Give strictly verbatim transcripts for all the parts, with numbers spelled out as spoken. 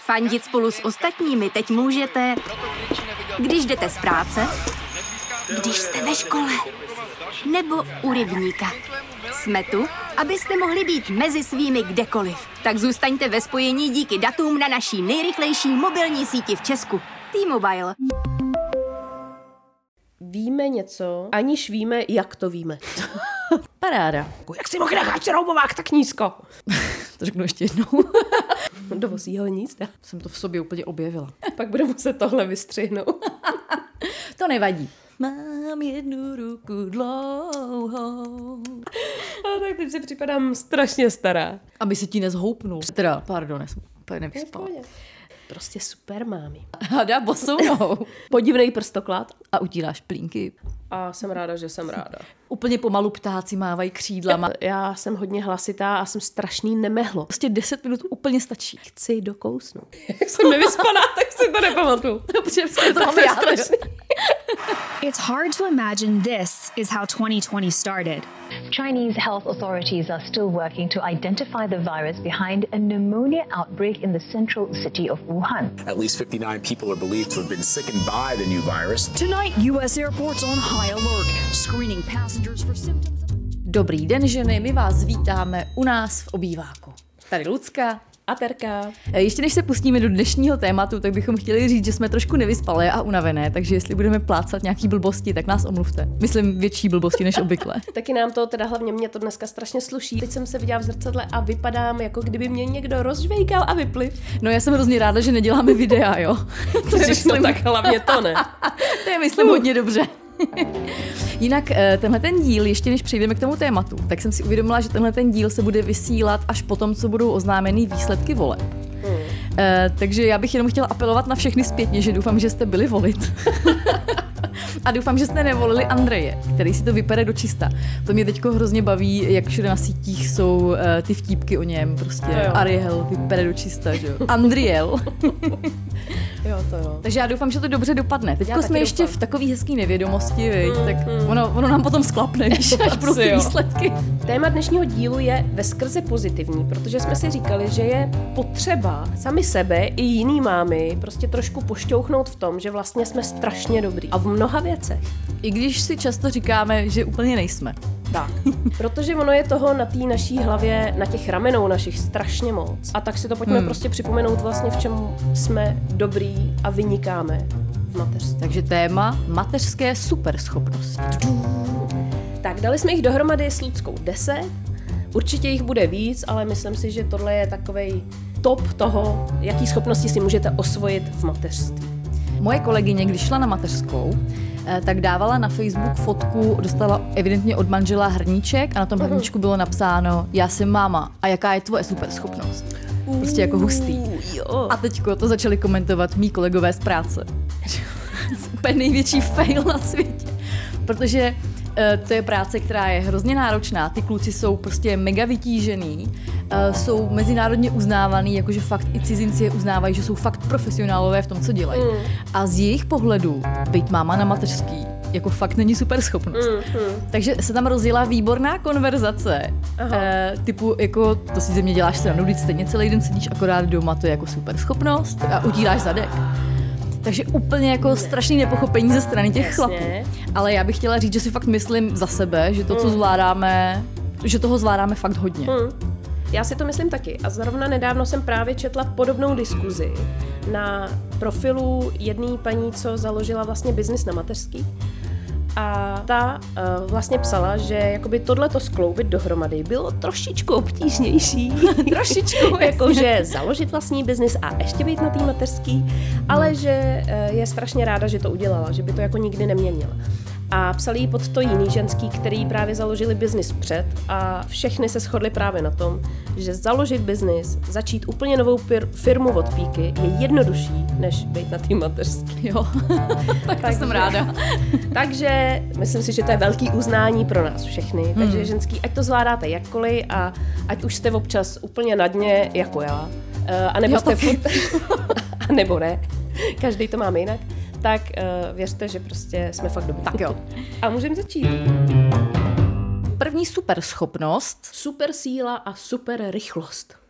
Fandit spolu s ostatními teď můžete, když jdete z práce, když jste ve škole, nebo u rybníka. Jsme tu, abyste mohli být mezi svými kdekoliv. Tak zůstaňte ve spojení díky datům na naší nejrychlejší mobilní síti v Česku. T-Mobile. Víme něco, aniž víme, jak to víme. Paráda. Jak si mohl nechat šroubovák tak nízko? To řeknu ještě jednou. Do vosího hnízda. Jsem to v sobě úplně objevila. Pak bude muset tohle vystřihnout. To nevadí. Mám jednu ruku dlouhou. A tak teď si připadám strašně stará. Aby se ti nezhoupnul. Teda, pardon, já jsem úplně nevyspala. Prostě super, mámi. Hada bosou. Podivnej prstoklad. A utíráš plínky. A jsem ráda, že jsem ráda. Úplně pomalu ptáci mávají křídlama. Já jsem hodně hlasitá a jsem strašný nemehlo. Prostě deset minut úplně stačí. Chci dokousnout. Jak jsem nevyspaná, tak si to nepamatuju. Dobře, to mám já strašný. It's hard to imagine this is how twenty twenty started. Chinese health authorities are still working to identify the virus behind a pneumonia outbreak in the central city of Wuhan. At least fifty-nine people are believed to have been sickened by the new virus. Tonight, U S airports on high alert, screening passengers for symptoms. Dobrý den, ženy, my vás vítáme u nás v obýváku. Tady Lucka. A Terka. Ještě než se pustíme do dnešního tématu, tak bychom chtěli říct, že jsme trošku nevyspalé a unavené, takže jestli budeme plácat nějaký blbosti, tak nás omluvte. Myslím větší blbosti než obvykle. Taky nám to, teda hlavně mě to dneska strašně sluší. Teď jsem se viděla v zrcadle a vypadám, jako kdyby mě někdo rozžvejkal a vypliv. No já jsem hrozně ráda, že neděláme videa, jo. To je myslím, tak hlavně to ne. To je myslím uh. hodně dobře. Jinak tenhle ten díl, ještě než přejdeme k tomu tématu, tak jsem si uvědomila, že tenhle ten díl se bude vysílat až potom, co budou oznámeny výsledky voleb. Hmm. Uh, takže já bych jenom chtěla apelovat na všechny zpětně, že doufám, že jste byli volit. A doufám, že jste nevolili Andreje, který si to vypere do čista. To mě teďko hrozně baví, jak všude na sítích jsou uh, ty vtípky o něm, prostě Ariel vypere do čista, že jo. Andriel. Jo, to jo. Takže já doufám, že to dobře dopadne. Teďko jsme ještě doufám. v takový hezký nevědomosti, viď? Tak ono, ono nám potom sklapne, víš, až budou ty výsledky. Téma dnešního dílu je veskrze pozitivní, protože jsme si říkali, že je potřeba sami sebe i jiný mámy prostě trošku pošťouchnout v tom, že vlastně jsme strašně dobrý. A v mnoha věcech. I když si často říkáme, že úplně nejsme. Tak, protože ono je toho na té naší hlavě, na těch ramenou našich strašně moc. A tak si to pojďme hmm. prostě připomenout vlastně, v čem jsme dobrý a vynikáme v mateřství. Takže téma mateřské superschopnosti. Tak, dali jsme jich dohromady s Luckou deset. Určitě jich bude víc, ale myslím si, že tohle je takovej top toho, jaký schopnosti si můžete osvojit v mateřství. Moje kolegyně, když šla na mateřskou, tak dávala na Facebook fotku, dostala evidentně od manžela hrníček a na tom hrníčku bylo napsáno: já jsem máma a jaká je tvoje superschopnost. Prostě jako hustý. A teďko to začali komentovat mý kolegové z práce. Úplně největší fail na světě. Protože to je práce, která je hrozně náročná. Ty kluci jsou prostě mega vytížený, jsou mezinárodně uznávaný, jakože fakt i cizinci je uznávají, že jsou fakt profesionálové v tom, co dělají. Mm. A z jejich pohledu být máma na mateřský jako fakt není super schopnost. Mm-hmm. Takže se tam rozjela výborná konverzace. E, typu, jako, to si ze mě děláš srandu, když stejně celý den sedíš akorát doma, to je jako super schopnost a utíráš zadek. Takže úplně jako strašný nepochopení ze strany těch Jasně. chlapů. Ale já bych chtěla říct, že si fakt myslím za sebe, že to, co zvládáme, že toho zvládáme fakt hodně. Hmm. Já si to myslím taky. A zrovna nedávno jsem právě četla podobnou diskuzi na profilu jedné paní, co založila vlastně biznis na mateřský. A ta uh, vlastně psala, že jakoby tohleto skloubit dohromady bylo trošičku obtížnější. trošičku, jakože založit vlastní biznis a ještě být na té mateřský, ale že uh, je strašně ráda, že to udělala, že by to jako nikdy neměnila. A psali jí pod to jiný ženský, který právě založili biznis před a všechny se shodli právě na tom, že založit biznis, začít úplně novou pir- firmu od píky je jednodušší, než být na té mateřský. Jo, tak to jsem ráda. Takže myslím si, že to je velký uznání pro nás všechny. Hmm. Takže ženský, ať to zvládáte jakkoliv a ať už jste občas úplně na dně, jako já, a nebo jste furt, a nebo ne, každý to máme jinak, tak uh, věřte, že prostě jsme fakt dobrý. Tak jo. A můžeme začít. První super schopnost. Super síla a super rychlost.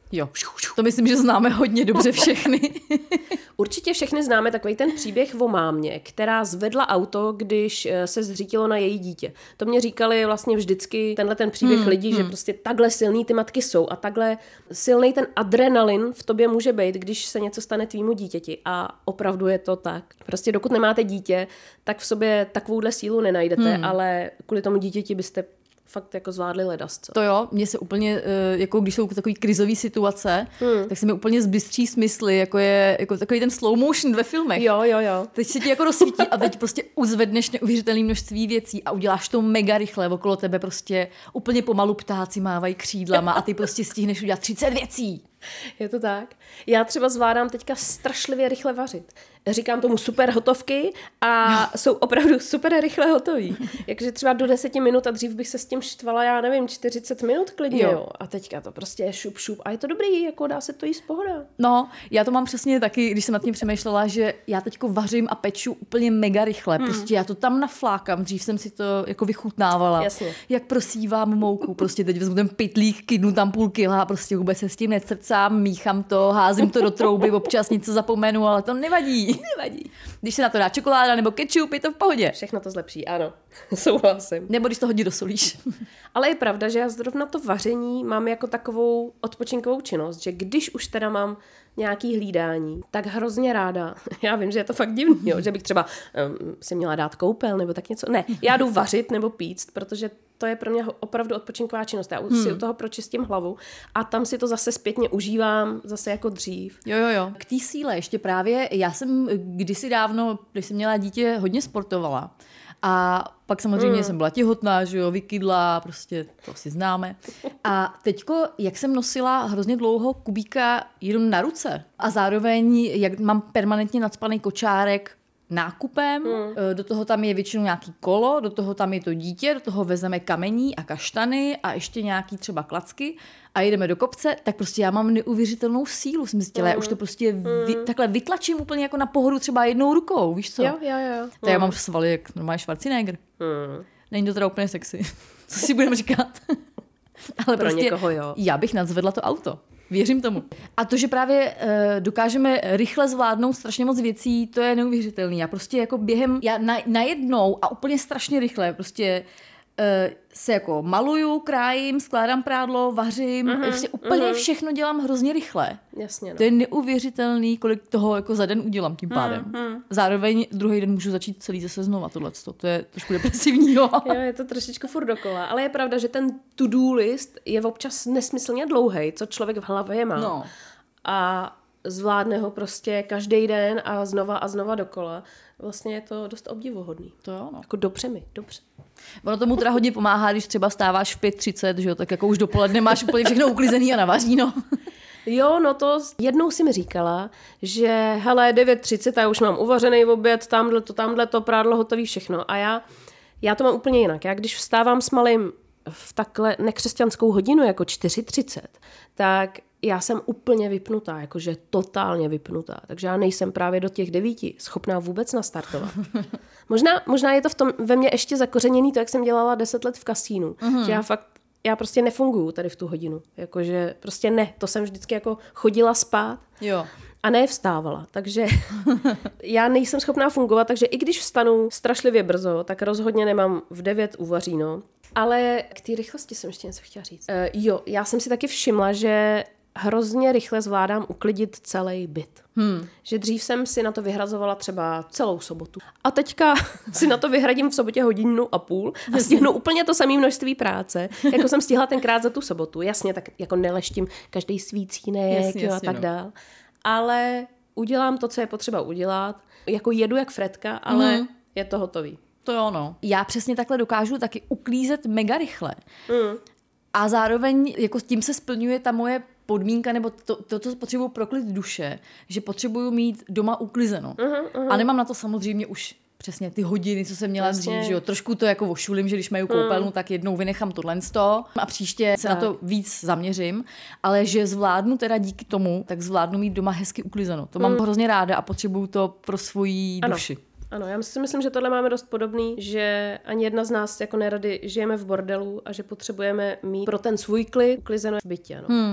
Jo, to myslím, že známe hodně dobře všechny. Určitě všechny známe takový ten příběh o mámě, která zvedla auto, když se zřítilo na její dítě. To mě říkali vlastně vždycky tenhle ten příběh hmm, lidí, hmm. že prostě takhle silný ty matky jsou a takhle silný ten adrenalin v tobě může být, když se něco stane tvýmu dítěti. A opravdu je to tak. Prostě dokud nemáte dítě, tak v sobě takovouhle sílu nenajdete, hmm. ale kvůli tomu dítěti byste fakt jako zvládli ledasco. To jo, mně se úplně, jako když jsou takový krizový situace, hmm. tak se mi úplně zbystří smysly, jako je jako takový ten slow motion ve filmech. Jo, jo, jo. Teď se ti jako rozsvítí a teď prostě uzvedneš neuvěřitelné množství věcí a uděláš to mega rychle, okolo tebe prostě úplně pomalu ptáci mávají křídlama a ty prostě stihneš udělat třicet věcí. Je to tak. Já třeba zvládám teďka strašlivě rychle vařit. Říkám tomu super hotovky a no. jsou opravdu super rychle hotový. Jakže třeba do deseti minut a dřív bych se s tím štvala, já nevím, čtyřicet minut klidně, jo. jo. A teďka to prostě je šup, šup. A je to dobrý, jako dá se to jíst pohoda. No, já to mám přesně taky, když jsem nad tím přemýšlela, že já teďko vařím a peču úplně mega rychle. Hmm. Prostě já to tam naflákám. Dřív jsem si to jako vychutnávala. Jasně. Jak prosívám mouku. Prostě teď vezmu ten pytlík, kydnu tam půl kila a prostě vůbec se s tím necrcám, míchám to, házím to do trouby, občas něco zapomenu, ale to nevadí. Nevadí. Když se na to dá čokoláda nebo kečup, je to v pohodě. Všechno to zlepší, ano. Souhlasím. Nebo když to hodně dosolíš. Ale je pravda, že já zrovna to vaření mám jako takovou odpočinkovou činnost, že když už teda mám nějaký hlídání, tak hrozně ráda. Já vím, že je to fakt divný, jo, že bych třeba um, si měla dát koupel nebo tak něco. Ne, já jdu vařit nebo píct, protože to je pro mě opravdu odpočinková činnost. Já hmm. si u toho pročistím hlavu a tam si to zase zpětně užívám, zase jako dřív. Jo, jo, jo. K té síle ještě právě, já jsem kdysi dávno, když jsem měla dítě, hodně sportovala. A pak samozřejmě mm. jsem byla těhotná, že jo, vykydla, prostě to si známe. A teďko, jak jsem nosila hrozně dlouho kubíka jenom na ruce a zároveň, jak mám permanentně nacpaný kočárek nákupem, mm. do toho tam je většinou nějaký kolo, do toho tam je to dítě, do toho vezeme kamení a kaštany a ještě nějaký třeba klacky a jedeme do kopce, tak prostě já mám neuvěřitelnou sílu, jsem zjistila, mm. já už to prostě vy, mm. takhle vytlačím úplně jako na pohodu třeba jednou rukou, víš co? Jo, jo, jo. Tak mm. já mám svaly jak normálně Schwarzenegger. Mm. Není to teda úplně sexy, co si budeme říkat. Ale pro prostě někoho jo. Já bych nadzvedla to auto. Věřím tomu. A to, že právě e, dokážeme rychle zvládnout strašně moc věcí, to je neuvěřitelný. Já prostě jako během, já na, najednou a úplně strašně rychle prostě e, se jako maluju, krájím, skládám prádlo, vařím, uh-huh, prostě úplně uh-huh. všechno dělám hrozně rychle. Jasně, no. To je neuvěřitelný, kolik toho jako za den udělám tím pádem. Uh-huh. Zároveň druhý den můžu začít celý zase znova tohleto. To je trošku depresivní, jo. Jo, je to trošičku furt dokola, ale je pravda, že ten to-do list je občas nesmyslně dlouhej, co člověk v hlavě má. No. A zvládne ho prostě každý den a znova a znova dokola. Vlastně je to dost obdivuhodný. To jo, no. Jako dobře mi, dobře. Ono tomu teda hodně pomáhá, když třeba stáváš v pět třicet, že jo, tak jako už dopoledne máš úplně všechno uklizený a navaříno. Jo, no to jednou si mi říkala, že hele, devět třicet a já už mám uvařený oběd, tamhle to, tamhle to, prádlo hotový, všechno. A já, já to mám úplně jinak. Já když vstávám s malým v takhle nekřesťanskou hodinu, jako čtyři třicet, tak já jsem úplně vypnutá, jakože totálně vypnutá. Takže já nejsem právě do těch devíti schopná vůbec nastartovat. Možná, možná je to v tom ve mně ještě zakořeněný to, jak jsem dělala deset let v kasínu. Mm-hmm. Že já fakt, já prostě nefunguju tady v tu hodinu. Jakože prostě ne, to jsem vždycky jako chodila spát. Jo. A ne vstávala, takže já nejsem schopná fungovat, takže i když vstanu strašlivě brzo, tak rozhodně nemám v devět uvaříno. Ale k té rychlosti jsem ještě něco chtěla říct. Uh, jo, já jsem si taky všimla, že hrozně rychle zvládám uklidit celý byt. Hmm. Že dřív jsem si na to vyhrazovala třeba celou sobotu. A teďka si na to vyhradím v sobotě hodinu a půl a stihnu úplně to samé množství práce, jako jsem stihla tenkrát za tu sobotu. Jasně, tak jako neleštím každý svícínek jasně, jo, a tak no. dál. Ale udělám to, co je potřeba udělat. Jako jedu jak Fredka, ale mm. je to hotový. To jo, no. Já přesně takhle dokážu taky uklízet mega rychle. Mm. A zároveň jako tím se splňuje ta moje podmínka, nebo to, to co potřebuju pro klid duše, že potřebuju mít doma uklizeno. Uh-huh, uh-huh. A nemám na to samozřejmě už přesně ty hodiny, co jsem měla dřív, že jo. Trošku to jako ošulím, že když mají koupelnu, hmm. tak jednou vynechám tohle sto a příště se tak. na to víc zaměřím, ale že zvládnu teda díky tomu, tak zvládnu mít doma hezky uklizeno. To hmm. mám hrozně ráda a potřebuju to pro svoji ano. duši. Ano, já si myslím, že tohle máme dost podobný, že ani jedna z nás jako nerady žijeme v bordelu a že potřebujeme mít pro ten svůj klid uklizeno v bytě. No. Hmm.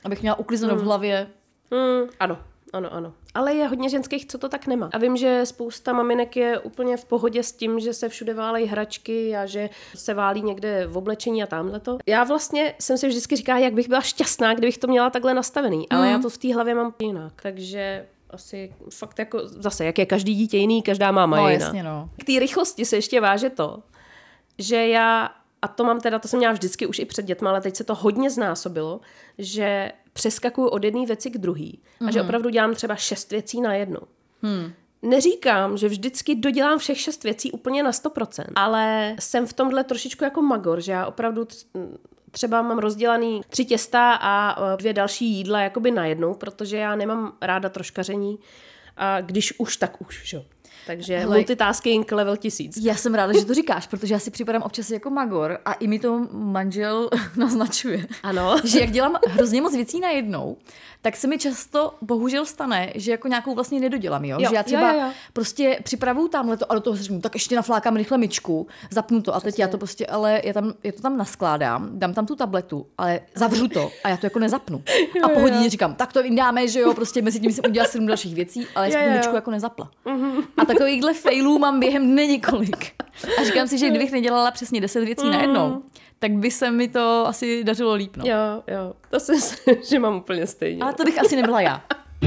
abych měla uklizeno hmm. v hlavě. Hmm, ano, ano, ano. Ale je hodně ženských, co to tak nemá. A vím, že spousta maminek je úplně v pohodě s tím, že se všude válejí hračky a že se válí někde v oblečení a tamhleto. Já vlastně jsem si vždycky říkala, jak bych byla šťastná, kdybych to měla takhle nastavený. Ale hmm. já to v té hlavě mám jinak. Takže asi fakt jako zase, jak je každý dítě jiný, každá máma no, je jiná. Jasně, no. K té rychlosti se ještě váže to, že já, a to mám teda, to jsem měla vždycky už i před dětma, ale teď se to hodně znásobilo, že přeskakuju od jedné věci k druhý. Mm-hmm. A že opravdu dělám třeba šest věcí na jednu. Hmm. Neříkám, že vždycky dodělám všech šest věcí úplně na sto procent, ale jsem v tomhle trošičku jako magor, že já opravdu třeba mám rozdělaný tři těsta a dvě další jídla jakoby najednou, protože já nemám ráda troškaření a když už, tak už, že? Takže hele, multitasking level tisíc. Já jsem ráda, že to říkáš, protože já si připadám občas jako magor a i mi to manžel naznačuje. Ano. Že jak dělám hrozně moc věcí najednou, tak se mi často bohužel stane, že jako nějakou vlastně nedodělám, jo? jo že já třeba jo, jo, jo. prostě připravuju tamhleto a do toho řeknu, tak ještě naflákám rychle myčku, zapnu to a teď já to prostě, ale já, tam, já to tam naskládám, dám tam tu tabletu, ale zavřu to a já to jako nezapnu. A po hodině říkám, tak to vyndáme, že jo, prostě mezi tím jsem udělala sedm dalších věcí, ale já jsem tu myčku jako nezapla. Mm-hmm. A takovýchhle failů mám během dne několik. A říkám si, že kdybych nedělala přesně deset věcí mm. najednou, tak by se mi to asi dařilo líp. No. Jo, jo. To si myslím, že mám úplně stejně. Ale to bych asi nebyla já.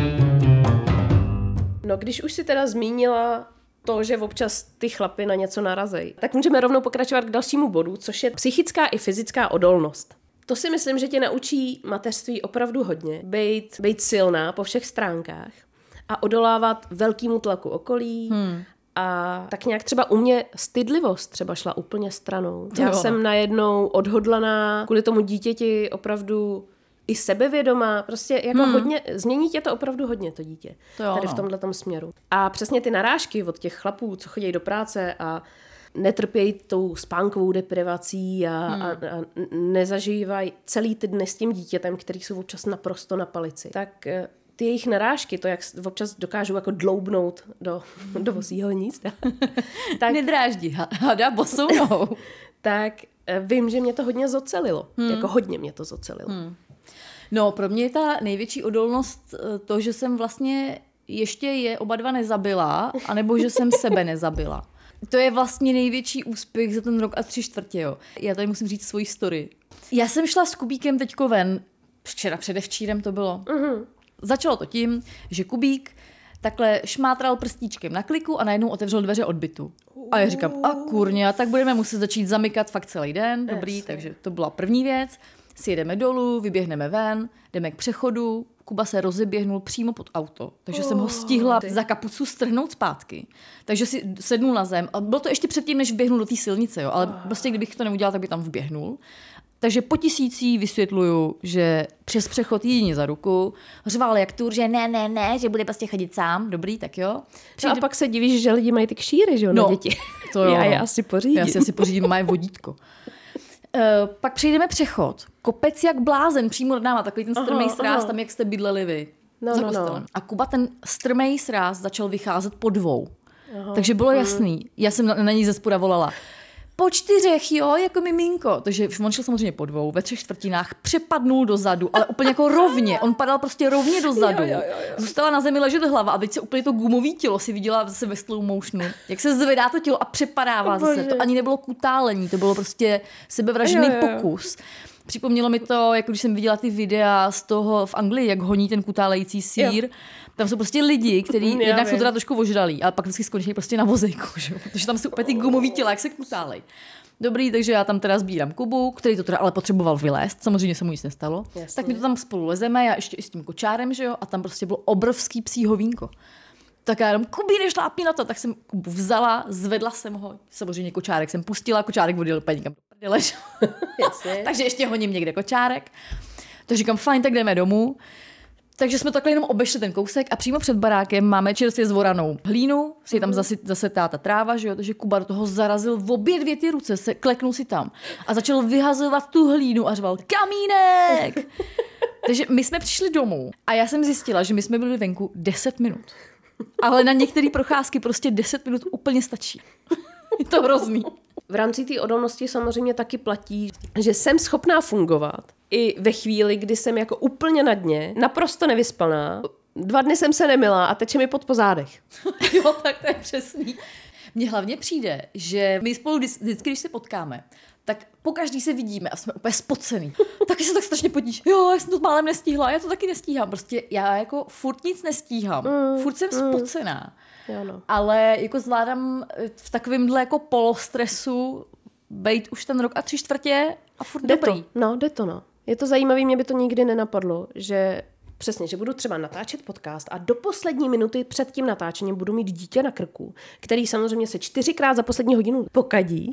No, když už si teda zmínila to, že občas ty chlapy na něco narazej, tak můžeme rovnou pokračovat k dalšímu bodu, což je psychická i fyzická odolnost. To si myslím, že tě naučí mateřství opravdu hodně. Bejt, bejt silná po všech stránkách a odolávat velkému tlaku okolí. Hmm. A tak nějak třeba u mě stydlivost třeba šla úplně stranou. Já jo. jsem najednou odhodlaná kvůli tomu dítěti opravdu i sebevědomá. Prostě jako hmm. hodně, změní tě to opravdu hodně, to dítě. To jo, tady v tomhletom směru. A přesně ty narážky od těch chlapů, co chodí do práce a netrpějí tou spánkovou deprivací a, hmm. a, a nezažívají celý ty dny s tím dítětem, který jsou občas naprosto na palici. Tak ty jejich narážky, to, jak občas dokážou jako dloubnout do, do vosího hnízda. Tak nedráždí, hada bosou nohou. Tak vím, že mě to hodně zocelilo. Hmm. Jako hodně mě to zocelilo. Hmm. No, pro mě je ta největší odolnost to, že jsem vlastně ještě je oba dva nezabila, anebo že jsem sebe nezabila. To je vlastně největší úspěch za ten rok a tři čtvrtě, jo. Já tady musím říct svoji story. Já jsem šla s Kubíkem teďko ven, včera předevčírem to bylo. Uh-huh. Začalo to tím, že Kubík takhle šmátral prstíčkem na kliku a najednou otevřel dveře od bytu. A já říkám, a kurňa, tak budeme muset začít zamykat fakt celý den, dobrý, yes. Takže to byla první věc. Si jedeme dolů, vyběhneme ven, jdeme k přechodu, Kuba se rozeběhnul přímo pod auto, takže oh, jsem ho stihla ty. za kapucu strhnout zpátky. Takže si sednul na zem a bylo to ještě předtím, než vběhnul do té silnice, jo, ale oh. prostě kdybych to neudělal, tak by tam vběhnul. Takže po tisící vysvětluju, že přes přechod jedině za ruku, řval jak tur, že ne, ne, ne, že bude prostě chodit sám, dobrý, tak jo. Přijde... No a pak se divíš, že lidi mají ty kšíry, že jo, no, na děti. To jo, já je no. asi pořídím. Já si asi pořídím moje vodítko. Uh, pak přejdeme přechod. Kopec jak blázen, přímo nad náma, takový ten strmej sráz, tam jak jste bydleli vy. No, no, no. A Kuba ten strmej sráz začal vycházet po dvou. Aha. Takže bylo jasný. Já jsem na, na ní ze spoda volala. Po čtyřech, jo, jako miminko. Takže on šel samozřejmě po dvou, ve třech čtvrtinách, přepadnul dozadu, ale úplně jako rovně. On padal prostě rovně dozadu. Jo, jo, jo, jo. Zůstala na zemi ležet hlava a teď se úplně to gumový tělo si viděla zase ve slow motionu. Jak se zvedá to tělo a přepadává oh, zase. To ani nebylo kutálení, to bylo prostě sebevražedný jo, jo, jo. pokus. Připomnělo mi to, jako když jsem viděla ty videa z toho v Anglii, jak honí ten kutálející sýr. Jo. Tam jsou prostě lidi, kteří mm, jednak jsou teda trošku ožralí, ale pak vždycky skončí prostě na vozejku, že? Protože tam jsou úplně ty gumový těla, jak se kutálej. Dobrý, takže já tam teda sbírám Kubu, který to teda ale potřeboval vylézt, samozřejmě se mu nic nestalo. Jasně. Tak my to tam spolu lezeme, já ještě i s tím kočárem, že jo, a tam prostě bylo obrovský psí hovínko. Tak já jenom, Kubí, nešlápni na to, tak jsem Kubu vzala, zvedla jsem ho, samozřejmě kočárek jsem pustila, kočárek odjel úplně někam do prdele, takže ještě honím někde kočárek. Tak říkám, fajn, tak jdeme domů. Takže jsme takhle jenom obešli ten kousek a přímo před barákem máme čerstvě zvoranou hlínu, si tam zase, zase táta tráva, že jo, takže Kuba do toho zarazil v obě dvě ty ruce, se kleknul si tam a začal vyhazovat tu hlínu a řval kamínek. Takže my jsme přišli domů a já jsem zjistila, že my jsme byli venku deset minut. Ale na některé procházky prostě deset minut úplně stačí. Je to hrozný. V rámci té odolnosti samozřejmě taky platí, že jsem schopná fungovat i ve chvíli, kdy jsem jako úplně na dně, naprosto nevyspaná. Dva dny jsem se nemila a teče mi pod po zádech. Jo, tak to je přesný. Mně hlavně přijde, že my spolu vždycky, když se potkáme, tak pokaždý se vidíme a jsme úplně spocený. Taky se tak strašně potíš. Jo, já jsem to málem nestihla, já to taky nestíhám. Prostě já jako furt nic nestíhám. Mm, furt jsem mm. spocená. Jo, no. Ale jako zvládám v takovémhle jako polostresu bejt už ten rok a tři čtvrtě a furt jde dobrý. To. No, jde to, no. Je to zajímavé, mě by to nikdy nenapadlo, že přesně, že budu třeba natáčet podcast a do poslední minuty před tím natáčením budu mít dítě na krku, který samozřejmě se čtyřikrát za poslední hodinu pokadí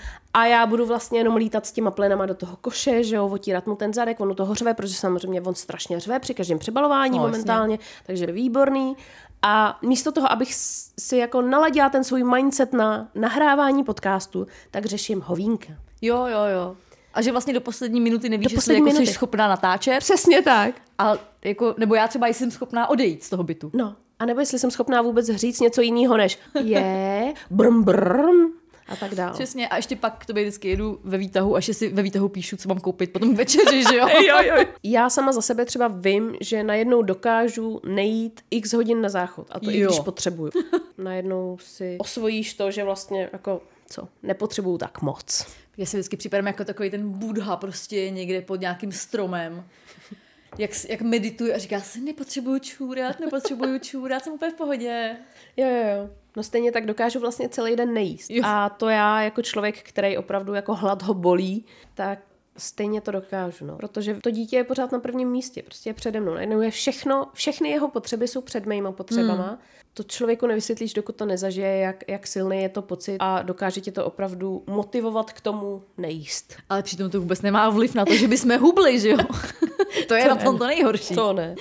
a já budu vlastně jenom lítat s těma plenama do toho koše, že jo, otírat mu ten zadek, on toho řve, protože samozřejmě on strašně řve při každém přebalování no, momentálně, jasně. Takže je výborný. A místo toho, abych si jako naladila ten svůj mindset na nahrávání podcastu, tak řeším hovínka. Jo, jo, jo. A že vlastně do poslední minuty nevíš, že jsi, jako jsi schopná natáčet. Přesně tak. A jako, nebo já třeba jsem schopná odejít z toho bytu. No, a nebo jestli jsem schopná vůbec říct něco jiného než je, brm, brm a tak dále. Přesně, a ještě pak k tobě vždycky jedu ve výtahu, až si ve výtahu píšu, co mám koupit potom večeři, že jo? jo, jo. Já sama za sebe třeba vím, že najednou dokážu nejít x hodin na záchod a to jo. i když potřebuju. Najednou si osvojíš to, že vlastně jako co, nepotřebuju tak moc. Já si vždycky připadám jako takový ten Buddha prostě někde pod nějakým stromem. Jak, jak medituje a říká si, nepotřebuju čůrat, nepotřebuju čůrat, jsem úplně v pohodě. Jo, jo, jo. No stejně tak dokážu vlastně celý den nejíst. Jo. A to já jako člověk, který opravdu jako hlad ho bolí, tak stejně to dokážu, no. Protože to dítě je pořád na prvním místě, prostě je přede mnou. Najednou je všechno, všechny jeho potřeby jsou před mýma potřebama. Hmm. To člověku nevysvětlíš, dokud to nezažije, jak, jak silný je to pocit a dokáže tě to opravdu motivovat k tomu nejíst. Ale přitom to vůbec nemá vliv na to, že bychom hubli, že jo? To je to na tom to nejhorší. To ne.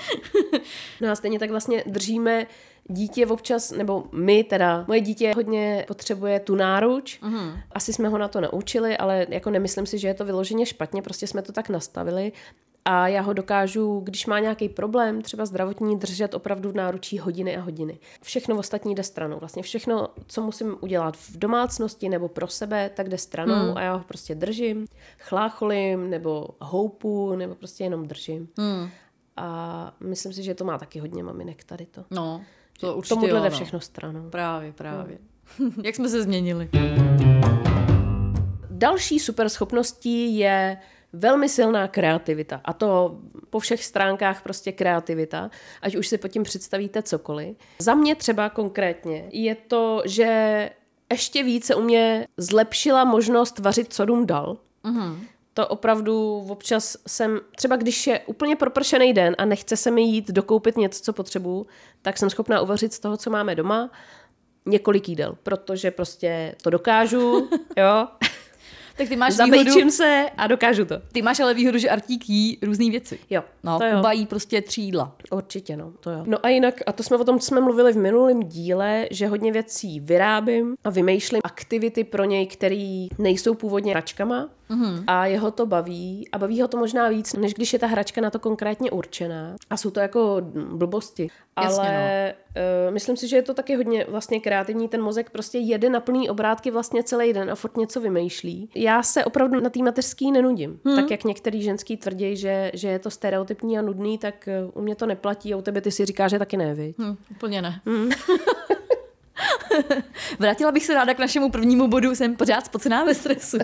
No a stejně tak vlastně držíme dítě občas, nebo my teda, moje dítě hodně potřebuje tu náruč. Mm. Asi jsme ho na to naučili, ale jako nemyslím si, že je to vyloženě špatně, prostě jsme to tak nastavili. A já ho dokážu, když má nějaký problém, třeba zdravotní, držet opravdu v náručí hodiny a hodiny. Všechno ostatní jde stranou. Vlastně všechno, co musím udělat v domácnosti nebo pro sebe, tak jde stranou hmm. a já ho prostě držím, chlácholím nebo houpu, nebo prostě jenom držím. Hmm. A myslím si, že to má taky hodně maminek tady to. No, to určitě tomuhle jo, jde no. všechno stranou. Právě, právě. No. Jak jsme se změnili. Další super schopností je velmi silná kreativita. A to po všech stránkách prostě kreativita, ať už si pod tím představíte cokoliv. Za mě třeba konkrétně je to, že ještě více u mě zlepšila možnost vařit, co dům dal. Mm-hmm. To opravdu občas jsem, třeba když je úplně propršený den a nechce se mi jít dokoupit něco, co potřebuju, tak jsem schopná uvařit z toho, co máme doma, několik jídel, protože prostě to dokážu, jo. Tak ty máš Zabejčím výhodu, se a dokážu to. Ty máš ale výhodu, že Artík jí různý věci. Jo, no, to jo. Kuba jí prostě tři jídla. Určitě, no, to jo. No a jinak, a to jsme o tom jsme mluvili v minulém díle, že hodně věcí vyrábím a vymýšlím aktivity pro něj, které nejsou původně hračkama mm-hmm. a jeho to baví a baví ho to možná víc, než když je ta hračka na to konkrétně určená. A jsou to jako blbosti. Jasně, ale no. uh, myslím si, že je to taky hodně vlastně kreativní. Ten mozek prostě jede na plný obrátky vlastně celý den a furt něco vymýšlí. Já se opravdu na té mateřský nenudím. Hmm. Tak jak některý ženský tvrdí, že, že je to stereotypní a nudný, tak u mě to neplatí a u tebe ty si říkáš, že taky ne, viď? Hmm, úplně ne. Hmm. Vrátila bych se ráda k našemu prvnímu bodu, jsem pořád spocená ve stresu.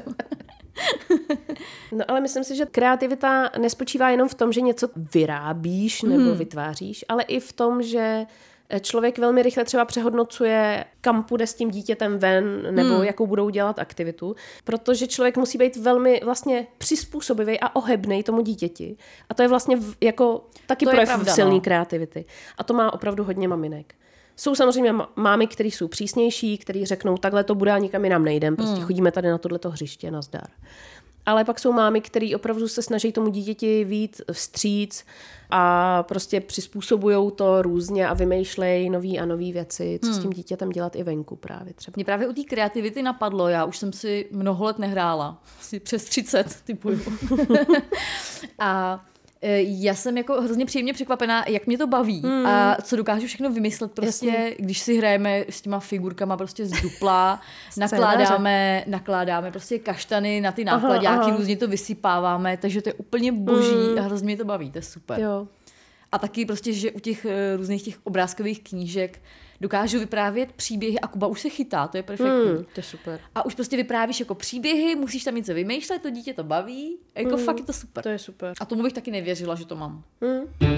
No ale myslím si, že kreativita nespočívá jenom v tom, že něco vyrábíš nebo hmm. vytváříš, ale i v tom, že člověk velmi rychle třeba přehodnocuje, kam půjde s tím dítětem ven, nebo hmm. jakou budou dělat aktivitu, protože člověk musí být velmi vlastně přizpůsobivý a ohebnej tomu dítěti. A to je vlastně jako taky to projev pravda, silný no. kreativity. A to má opravdu hodně maminek. Jsou samozřejmě mámy, které jsou přísnější, které řeknou, takhle to bude a nikam jinam nejdem, prostě hmm. chodíme tady na tohleto hřiště, nazdar. Ale pak jsou mámy, které opravdu se snaží tomu dítěti vyjít vstříc a prostě přizpůsobujou to různě a vymýšlejí nový a nový věci, co hmm. s tím dítětem dělat i venku právě třeba. Mě právě u té kreativity napadlo, já už jsem si mnoho let nehrála, asi přes třicet typuju. A Já jsem jako hrozně příjemně překvapená, jak mě to baví mm. a co dokážu všechno vymyslet. Prostě, Jasně. když si hrajeme s těma figurkama prostě z dupla, nakládáme, nakládáme prostě kaštany na ty nákladáky, různě to vysypáváme, takže to je úplně boží mm. a hrozně mě to baví, to je super. Jo. A taky prostě, že u těch různých těch obrázkových knížek dokážu vyprávět příběhy a Kuba už se chytá, to je perfektní. Mm, to je super. A už prostě vyprávíš jako příběhy, musíš tam něco vymýšlet, to dítě to baví, jako mm, fakt je to super. To je super. A tomu bych taky nevěřila, že to mám. Mm.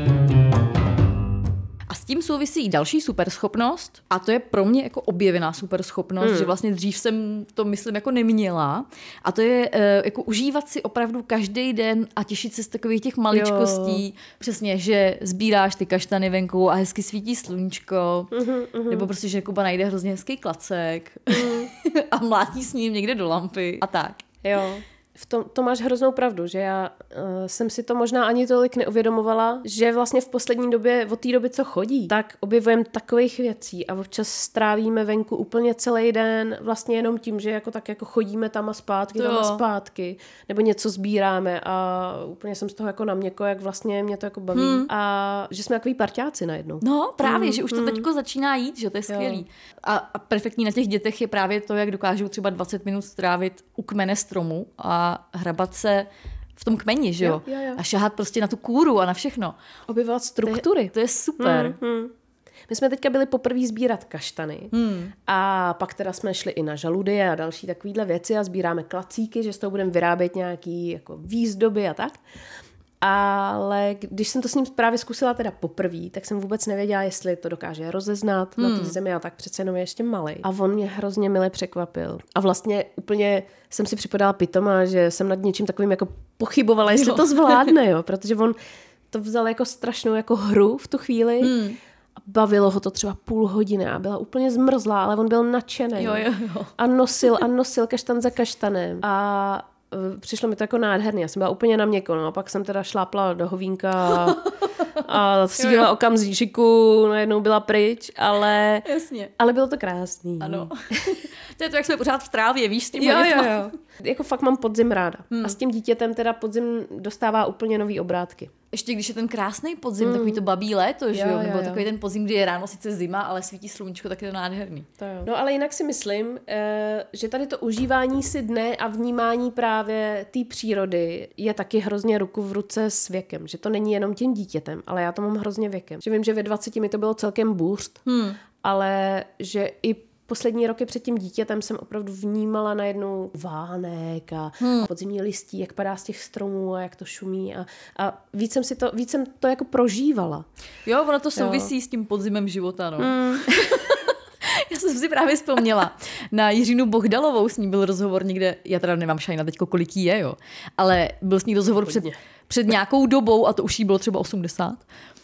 A s tím souvisí další superschopnost a to je pro mě jako objevená superschopnost, hmm. že vlastně dřív jsem to, myslím, jako neměla a to je uh, jako užívat si opravdu každý den a těšit se z takových těch maličkostí. Jo. Přesně, že sbíráš ty kaštany venku a hezky svítí sluníčko, uh-huh, uh-huh. nebo prostě, že Kuba najde hrozně hezký klacek uh-huh. a mlátí s ním někde do lampy a tak. Jo. V tom, to máš hroznou pravdu, že já uh, jsem si to možná ani tolik neuvědomovala, že vlastně v poslední době, od té doby, co chodí, tak objevujeme takových věcí a občas strávíme venku úplně celý den vlastně jenom tím, že jako tak jako chodíme tam a zpátky, to tam a zpátky, nebo něco sbíráme a úplně jsem z toho jako na měko, jak vlastně mě to jako baví hmm. a že jsme takový parťáci najednou. No právě, hmm. že už to teďko začíná jít, že to je skvělý. A, a perfektní na těch dětech je právě to, jak dokážou třeba dvacet minut strávit u kmene stromu a hrabat se v tom kmeni, že jo? Jo, jo, jo. A šahat prostě na tu kůru a na všechno. Objevovat struktury. To je, to je super. Mm, mm. My jsme teďka byli poprvé sbírat kaštany mm. a pak teda jsme šli i na žaludy a další takovýhle věci a sbíráme klacíky, že z toho budeme vyrábět nějaký jako výzdoby a tak. Ale když jsem to s ním právě zkusila teda poprvé, tak jsem vůbec nevěděla, jestli to dokáže rozeznat hmm. na té zemi a tak přece jenom je ještě malej. A on mě hrozně mile překvapil. A vlastně úplně jsem si připadala pitoma, že jsem nad něčím takovým jako pochybovala, jestli jo. to zvládne, jo, protože on to vzal jako strašnou jako hru v tu chvíli. Hmm. A bavilo ho to třeba půl hodiny a byla úplně zmrzlá, ale on byl nadšený. Jo, jo, jo. A nosil a nosil kaštan za kaštanem. A přišlo mi to jako nádherný. Já jsem byla úplně na měko, no a pak jsem teda šlápla do hovínka a, a síla okamžíku najednou byla pryč, ale, Jasně. ale bylo to krásný. Ano. To je to, jak jsme pořád v trávě, víš, s tím jo, jo, jo. Jako fakt mám podzim ráda. Hmm. A s tím dítětem teda podzim dostává úplně nový obrátky. Ještě když je ten krásný podzim, hmm. takový to babí léto, že jo? Nebo takový ten podzim, kdy je ráno sice zima, ale svítí sluníčko, tak je to nádherný. To jo. No ale jinak si myslím, že tady to užívání si dne a vnímání právě té přírody je taky hrozně ruku v ruce s věkem. Že to není jenom tím dítětem, ale já to mám hrozně věkem. Že vím, že ve dvaceti mi to bylo celkem bůřt, hmm. ale že i poslední roky před tím dítětem jsem opravdu vnímala najednou vánek a hmm. podzimní listí, jak padá z těch stromů a jak to šumí a, a víc jsem si to, víc jsem to jako prožívala. Jo, ono to souvisí jo. s tím podzimem života, no. Hmm. Já jsem si právě vzpomněla na Jiřinu Bohdalovou, s ní byl rozhovor někde, já teda nemám šajna teďko, kolik jí je, jo, ale byl s ní rozhovor před, před nějakou dobou a to už jí bylo třeba osmdesát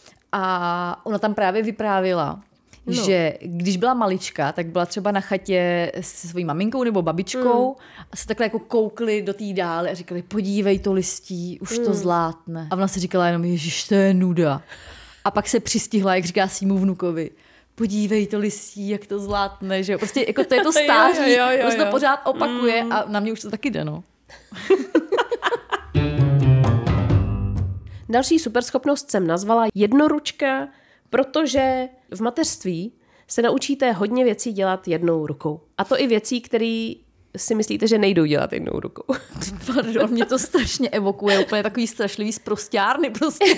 a ona tam právě vyprávěla, No. že když byla malička, tak byla třeba na chatě se svojí maminkou nebo babičkou mm. a se takhle jako koukli do té dály a říkali, podívej to listí, už mm. to zlátne. A ona si říkala jenom, ježiš, to je nuda. A pak se přistihla, jak říká svýmu vnukovi, podívej to listí, jak to zlátne, že jo. Prostě jako to je to stáří, jo, jo, jo, prostě to pořád opakuje mm. a na mě už to taky jde, no. Další superschopnost jsem nazvala jednoručka, protože v mateřství se naučíte hodně věcí dělat jednou rukou. A to i věcí, které si myslíte, že nejdou dělat jednou rukou. Pardon, mě to strašně evokuje, úplně takový strašlivý zprosťárny prostě.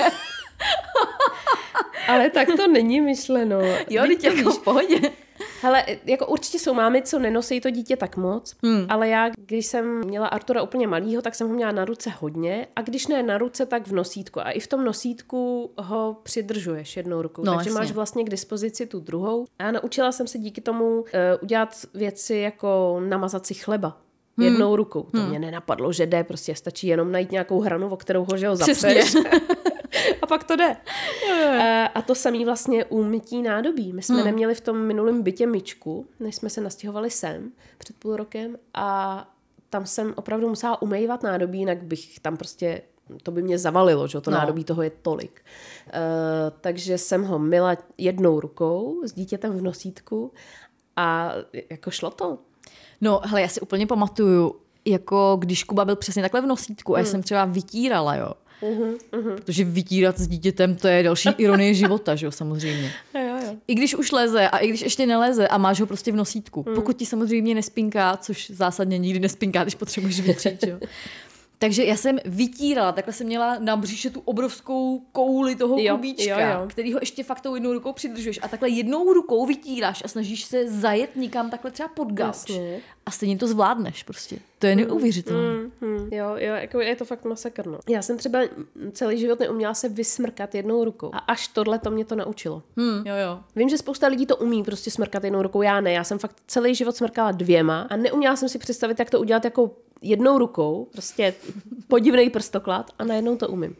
Ale tak to není myšleno. Jo, teď jako v pohodě. Hele, jako určitě jsou mámy, co nenosí to dítě tak moc, hmm. ale já, když jsem měla Artura úplně malýho, tak jsem ho měla na ruce hodně a když ne na ruce, tak v nosítku. A i v tom nosítku ho přidržuješ jednou rukou, no, takže jasně. Máš vlastně k dispozici tu druhou. A naučila jsem se díky tomu uh, udělat věci jako namazat si chleba. Jednou hmm. rukou. To hmm. mě nenapadlo, že jde, prostě stačí jenom najít nějakou hranu, o kterou ho, že ho zapřeš. A pak to jde. Jo, jo, jo. A to samý vlastně u mytí nádobí. My jsme hmm. neměli v tom minulém bytě myčku, než jsme se nastěhovali sem před půl rokem a tam jsem opravdu musela umývat nádobí, jinak bych tam prostě, to by mě zavalilo, že to no. nádobí toho je tolik. Uh, takže jsem ho myla jednou rukou s dítětem v nosítku a jako šlo to. No, hele, já si úplně pamatuju, jako když Kuba byl přesně takhle v nosítku a já hmm. jsem třeba vytírala, jo. Uh-huh, uh-huh. Protože vytírat s dítětem, to je další ironie života, že jo, samozřejmě. Jo, jo. I když už leze a i když ještě neleze a máš ho prostě v nosítku. Hmm. Pokud ti samozřejmě nespinká, což zásadně nikdy nespinká, když potřebuješ vytřít, jo. Takže já jsem vytírala, takhle jsem měla na břiše tu obrovskou kouli toho jo, kubíčka, jo, jo. který ho ještě fakt tou jednou rukou přidržuješ a takhle jednou rukou vytíráš a snažíš se zajet nikam takhle třeba pod gauč. A stejně to zvládneš prostě. To je neuvěřitelné. Mm, mm, jo, jo, jako je to fakt masakr, no. Já jsem třeba celý život neuměla se vysmrkat jednou rukou. A až tohle to mě to naučilo. Hmm, jo, jo. Vím, že spousta lidí to umí prostě smrkat jednou rukou, já ne. Já jsem fakt celý život smrkala dvěma a neuměla jsem si představit, jak to udělat jako jednou rukou, prostě podivnej prstoklad a najednou to umím.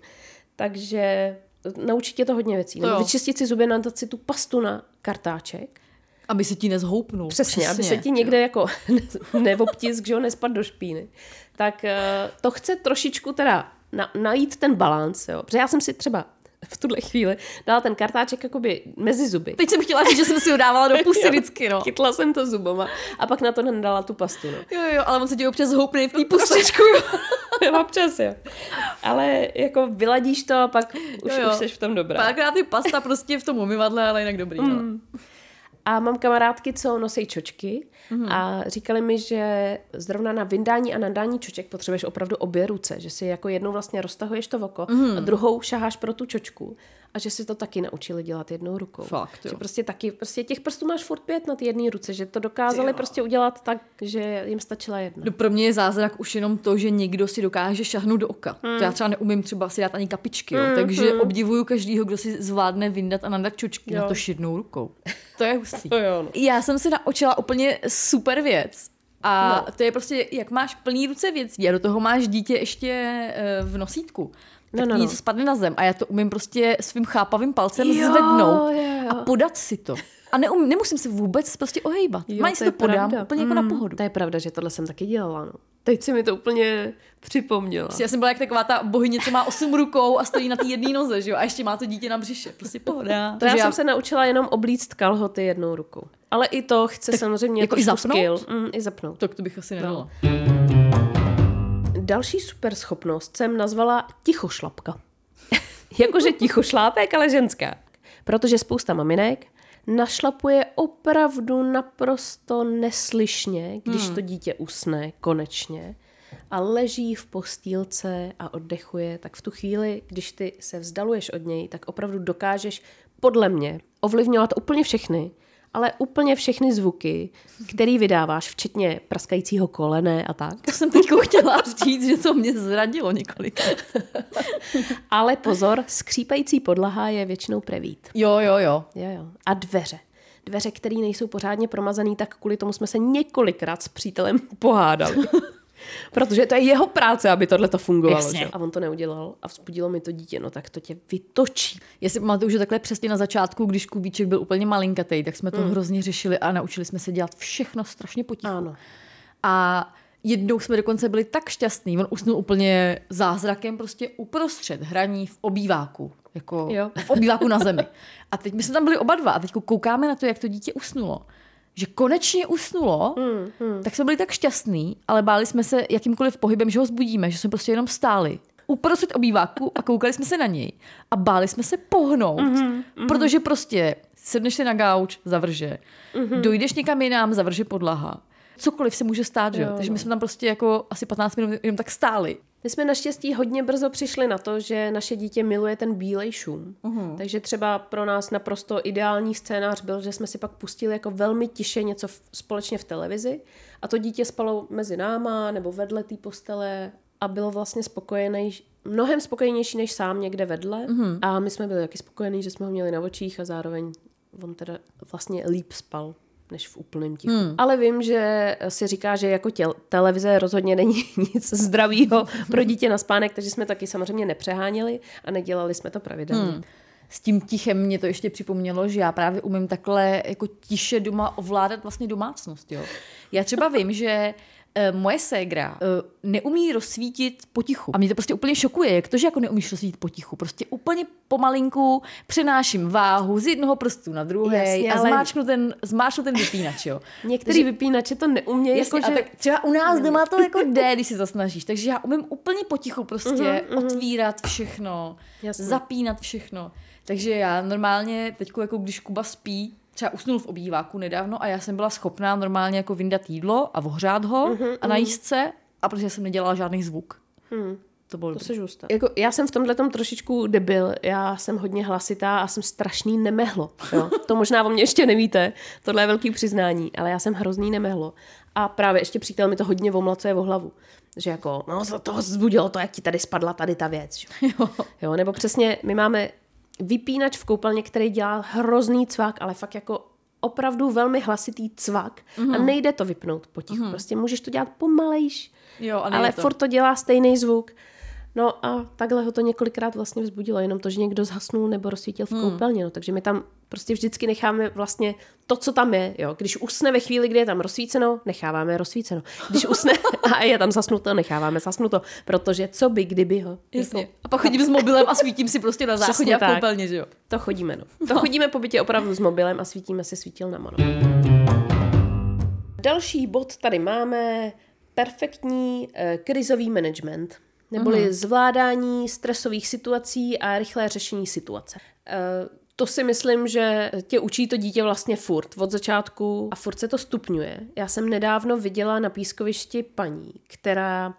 Takže naučit tě to hodně věcí. Nebo vyčistit si zuby, nadat si tu pastu na kartáček. Aby se ti nezhoupnul. Přesně, Přesně, aby se ti někde jako nevobtisk, že ho nespad do špíny. Tak to chce trošičku teda na, najít ten balans, jo. Protože já jsem si třeba v tuhle chvíli dala ten kartáček jakoby mezi zuby. Teď jsem chtěla říct, že jsem si ho dávala do pusy vždycky, no. Chytla jsem to zubama a pak na to nedala tu pastu, no. Jo, jo, ale on se ti občas zhoupne v té pusečku, jo. Občas, jo. Ale jako vyladíš to a pak už, jo, jo. už seš v tom dobrá. Párkrát je pasta prostě v tom umyvadle, ale jinak dobrý, mm. no. A mám kamarádky, co nosí čočky mm. a říkali mi, že zrovna na vyndání a nadání čoček potřebuješ opravdu obě ruce, že si jako jednou vlastně roztahuješ to oko mm. a druhou šaháš pro tu čočku a že si to taky naučili dělat jednou rukou. Fakt, jo. Že prostě taky, prostě těch prstů máš furt pět na ty jedné ruce, že to dokázali prostě udělat tak, že jim stačila jedna. No pro mě je zázrak už jenom to, že někdo si dokáže šahnout do oka. Mm. To já třeba neumím třeba si dát ani kapičky, jo. Mm, takže mm. obdivuju každýho, kdo si zvládne vyndat a nadat čočky jo. na to jednou rukou. To je hustý. To jo, no. Já jsem se naučila úplně super věc. A no. to je prostě, jak máš plný ruce věcí a do toho máš dítě ještě v nosítku. Tak no, no, něco no. spadne na zem a já to umím prostě svým chápavým palcem jo, zvednout jo, jo. a podat si to. A neum, nemusím se vůbec prostě ohejbat. Mají si to podám úplně mm, jako na pohodu. To je pravda, že tohle jsem taky dělala. No. Teď si mi to úplně připomněla. Já jsem byla jak taková ta bohyně, co má osm rukou a stojí na té jedné noze, že jo? A ještě má to dítě na břiše. Prostě pohoda. To já, já jsem se naučila jenom oblíct kalhoty jednou rukou. Ale i to chce tak samozřejmě jako i zapnout? Skill. Mm, i zapnout. Tak to bych asi nedala. No. Další super schopnost jsem nazvala tichošlapka. Jakože tichošlápek, ale ženská. Protože spousta maminek našlapuje opravdu naprosto neslyšně, když hmm. to dítě usne konečně a leží v postýlce a oddechuje, tak v tu chvíli, když ty se vzdaluješ od něj, tak opravdu dokážeš podle mě ovlivňovat úplně všechny, ale úplně všechny zvuky, který vydáváš, včetně praskajícího kolene a tak. To jsem teď chtěla říct, že to mě zradilo několikrát. Ale pozor, skřípající podlaha je většinou prevít. Jo, jo, jo. jo, jo. A dveře. Dveře, které nejsou pořádně promazaný, tak kvůli tomu jsme se několikrát s přítelem pohádali. Protože to je jeho práce, aby tohle to fungovalo. Že? A on to neudělal a vzbudilo mi to dítě, no tak to tě vytočí. Já si pamatuju, že takhle přesně na začátku, když Kubíček byl úplně malinkatej, tak jsme to mm. hrozně řešili a naučili jsme se dělat všechno strašně potichu. Ano. A jednou jsme dokonce byli tak šťastný, on usnul úplně zázrakem prostě uprostřed hraní v obýváku. Jako jo. v obýváku na zemi. A teď my jsme tam byli oba dva a teď koukáme na to, jak to dítě usnulo. Že konečně usnulo, mm, mm. tak jsme byli tak šťastný, ale báli jsme se jakýmkoliv pohybem, že ho zbudíme, že jsme prostě jenom stáli uprostřed obýváku a koukali jsme se na něj a báli jsme se pohnout, mm-hmm, protože prostě sedneš si na gauč, zavrže, mm-hmm. dojdeš někam jinam, zavrže podlaha. Cokoliv se může stát, že jo? Takže my jsme tam prostě jako asi patnáct minut jenom tak stáli. My jsme naštěstí hodně brzo přišli na to, že naše dítě miluje ten bílej šum. Uh-huh. Takže třeba pro nás naprosto ideální scénář byl, že jsme si pak pustili jako velmi tiše něco v, společně v televizi a to dítě spalo mezi náma nebo vedle té postele a bylo vlastně spokojený, mnohem spokojenější než sám někde vedle. Uh-huh. A my jsme byli taky spokojení, že jsme ho měli na očích a zároveň on teda vlastně líp spal než v úplném tichu. Hmm. Ale vím, že si říká, že jako těl, televize rozhodně není nic zdravýho pro dítě na spánek, takže jsme taky samozřejmě nepřeháněli a nedělali jsme to pravidelně. Hmm. S tím tichem mě to ještě připomnělo, že já právě umím takhle jako tiše doma ovládat vlastně domácnost. Jo? Já třeba vím, že E, moje ségra e, neumí rozsvítit potichu. A mě to prostě úplně šokuje, jak to, že jako neumíš rozsvítit potichu. Prostě úplně pomalinku přenáším váhu z jednoho prstu na druhý a ale... zmáčknu ten, zmáčknu ten vypínač, jo. Některý takže... vypínače to neumějí. Jasně, jako, že... že... tak třeba u nás doma to jako jde, když si zasnažíš. Takže já umím úplně potichu prostě uh-huh, uh-huh. otvírat všechno, jasně. zapínat všechno. Takže já normálně teďko, jako když Kuba spí, třeba usnul v obýváku nedávno a já jsem byla schopná normálně jako vyndat jídlo a ohřát ho uh-huh, a najíst se a protože jsem nedělala žádný zvuk. Uh-huh. To bylo to se žůstá. Jako, já jsem v tomhletom trošičku debil, já jsem hodně hlasitá a jsem strašný nemehlo. Jo? To možná o mě ještě nevíte, tohle je velký přiznání, ale já jsem hrozný nemehlo. A právě ještě přítel mi to hodně omlacuje o hlavu. Že jako, no za toho zbudilo to, jak ti tady spadla tady ta věc. Jo. Jo, nebo přesně, my máme vypínač v koupelně, který dělá hrozný cvak, ale fakt jako opravdu velmi hlasitý cvak mm-hmm. a nejde to vypnout potichu. Mm-hmm. Prostě můžeš to dělat pomalejš, jo, ale to. furt to dělá stejný zvuk. No a takhle ho to několikrát vlastně vzbudilo, jenom to, že někdo zhasnul nebo rozsvítil v koupelně. No, takže my tam prostě vždycky necháme vlastně to, co tam je. Jo. Když usne ve chvíli, kdy je tam rozsvíceno, necháváme rozsvíceno. Když usne a je tam zasnuto, necháváme zasnuto. Protože co by, kdyby ho. Jasně. Jako... A pak chodím s mobilem a svítím si prostě na záchodě a v koupelně, že jo? To chodíme, no. To no. chodíme po bytě opravdu s mobilem a svítíme si svítilnama, no. Další bod tady máme perfektní eh, krizový management. Neboli uh-huh. zvládání stresových situací a rychlé řešení situace. E, to si myslím, že tě učí to dítě vlastně furt, od začátku a furt se to stupňuje. Já jsem nedávno viděla na pískovišti paní, která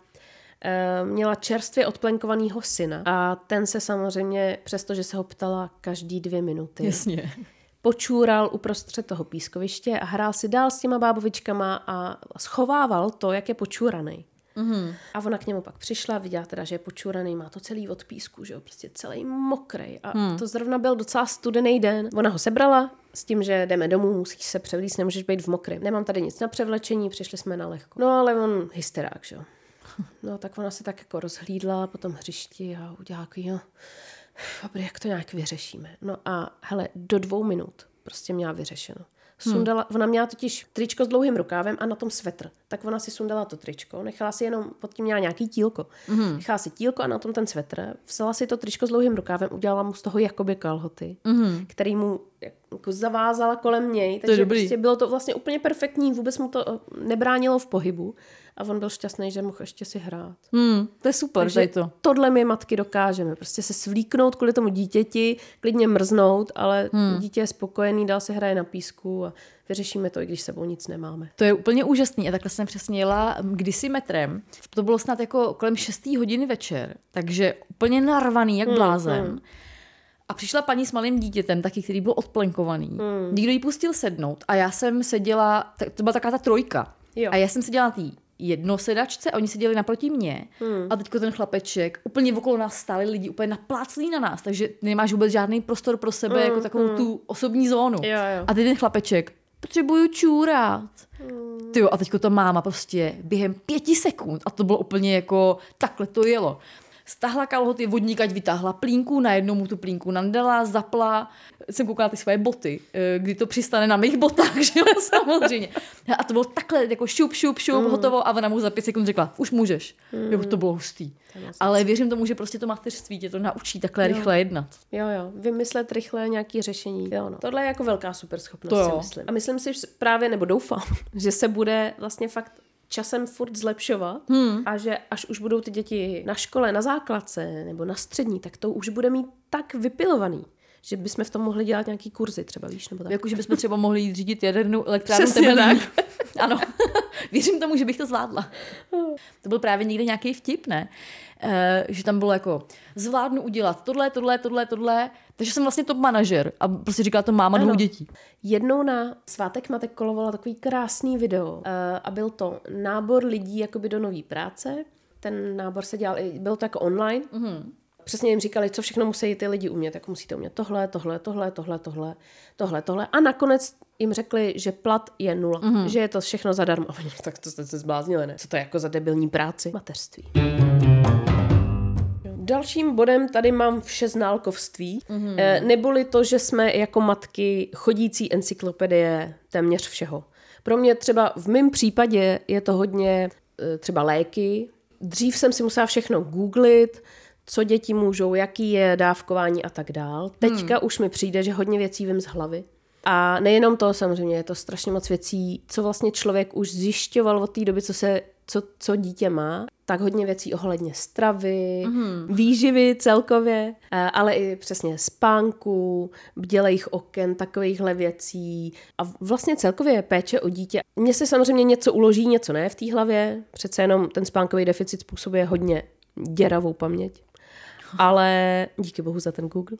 e, měla čerstvě odplenkovanýho syna a ten se samozřejmě, přestože se ho ptala každý dvě minuty, jasně. počůral uprostřed toho pískoviště a hrál si dál s těma bábovičkama a schovával to, jak je počůranej. Mm-hmm. A ona k němu pak přišla, viděla teda, že je počuraný, má to celý od písku, že jo, prostě celý mokrej. A mm. to zrovna byl docela studený den. Ona ho sebrala s tím, že jdeme domů, musíš se převlíct, nemůžeš být v mokrém. Nemám tady nic na převlečení, přišli jsme na lehko. No ale on hysterák, že jo. No tak ona se tak jako rozhlídla po tom hřišti a udělala takový, no, dobrý, jak to nějak vyřešíme. No a hele, do dvou minut prostě měla vyřešeno. Sundala, hmm. Ona měla totiž tričko s dlouhým rukávem a na tom svetr. Tak ona si sundala to tričko, nechala si jenom, pod tím měla nějaký tílko. Hmm. Nechala si tílko a na tom ten svetr. Vzala si to tričko s dlouhým rukávem, udělala mu z toho jakoby kalhoty, hmm. který mu jako zavázala kolem něj. Takže prostě bylo to vlastně úplně perfektní, vůbec mu to nebránilo v pohybu. A on byl šťastný, že mohl ještě si hrát. Hmm, to je super. Takže to. tohle my matky dokážeme. Prostě se svlíknout kvůli tomu dítěti, klidně mrznout, ale hmm. dítě je spokojený, dál si hraje na písku a vyřešíme to, i když sebou nic nemáme. To je úplně úžasný. A takhle jsem přesně jela kdysi metrem. To bylo snad jako kolem šesté hodiny večer, takže úplně narvaný, jak blázen. Hmm, hmm. A přišla paní s malým dítětem, taky, který byl odplenkovaný. Hmm. Někdo jí pustil sednout a já jsem seděla, to byla taková ta trojka. Jo. A já jsem seděla na té jednosedačce a oni seděli naproti mě. Hmm. A teďko ten chlapeček, úplně okolo nás stáli lidi, úplně napláclí na nás, takže nemáš vůbec žádný prostor pro sebe, hmm. jako takovou hmm. tu osobní zónu. Jo, jo. A teď ten chlapeček, potřebuju čůrat. Hmm. Tyjo, a teďko to máma prostě během pěti sekund, a to bylo úplně jako, takhle to jelo. Stahla kalhoty, vodník ať vytáhla plínku, najednou mu tu plínku nandala, zapla. Jsem koukala ty svoje boty, kdy to přistane na mých botách, že jo, samozřejmě. A to bylo takhle, jako šup, šup, šup, mm. hotovo a ona mu za pět sekund řekla, už můžeš. Mm. Jo, to bylo hustý. Ale věřím tomu, že prostě to mateřství tě to naučí takhle jo. rychle jednat. Jo, jo, vymyslet rychle nějaké řešení. Jo, no. Tohle je jako velká super schopnost, si myslím. A myslím si že právě, nebo doufám, že se bude vlastně fakt časem furt zlepšovat hmm. a že až už budou ty děti na škole, na základce nebo na střední, tak to už bude mít tak vypilovaný, že bychom v tom mohli dělat nějaký kurzy třeba, víš, nebo tak. Jako, že bychom třeba mohli jít řídit jadernou elektrárnu Temelín. Ano, věřím tomu, že bych to zvládla. To byl právě někde nějaký vtip, ne? E, že tam bylo jako, zvládnu udělat tohle, tohle, tohle, tohle, takže jsem vlastně top manažer a prostě říkala to máma ano. dvou dětí. Jednou na svátek matek kolovala takový krásný video e, a byl to nábor lidí jakoby do nový práce. Ten nábor se dělal, bylo to jako online. Mm-hmm. Přesně jim říkali, co všechno musí ty lidi umět, jako musíte umět tohle, tohle, tohle, tohle, tohle, tohle, tohle. A nakonec jim řekli, že plat je nula, mm-hmm. že je to všechno zadarmo. A oni, tak to jste se zbláznili, ne? Co to je jako za debilní práci? Mateřství. Dalším bodem tady mám všeználkovství, mm-hmm. e, neboli to, že jsme jako matky chodící encyklopedie téměř všeho. Pro mě třeba v mém případě je to hodně třeba léky. Dřív jsem si musela všechno googlit, co děti můžou, jaký je dávkování a tak dál. Teďka hmm. už mi přijde, že hodně věcí vím z hlavy. A nejenom to, samozřejmě, je to strašně moc věcí, co vlastně člověk už zjišťoval od té doby, co, se, co, co dítě má. Tak hodně věcí ohledně stravy, mm. výživy celkově, ale i přesně spánku, bdělejch oken, takovýchhle věcí a vlastně celkově péče o dítě. Mně se samozřejmě něco uloží, něco ne v té hlavě, přece jenom ten spánkový deficit způsobuje hodně děravou paměť. Ale díky bohu za ten Google.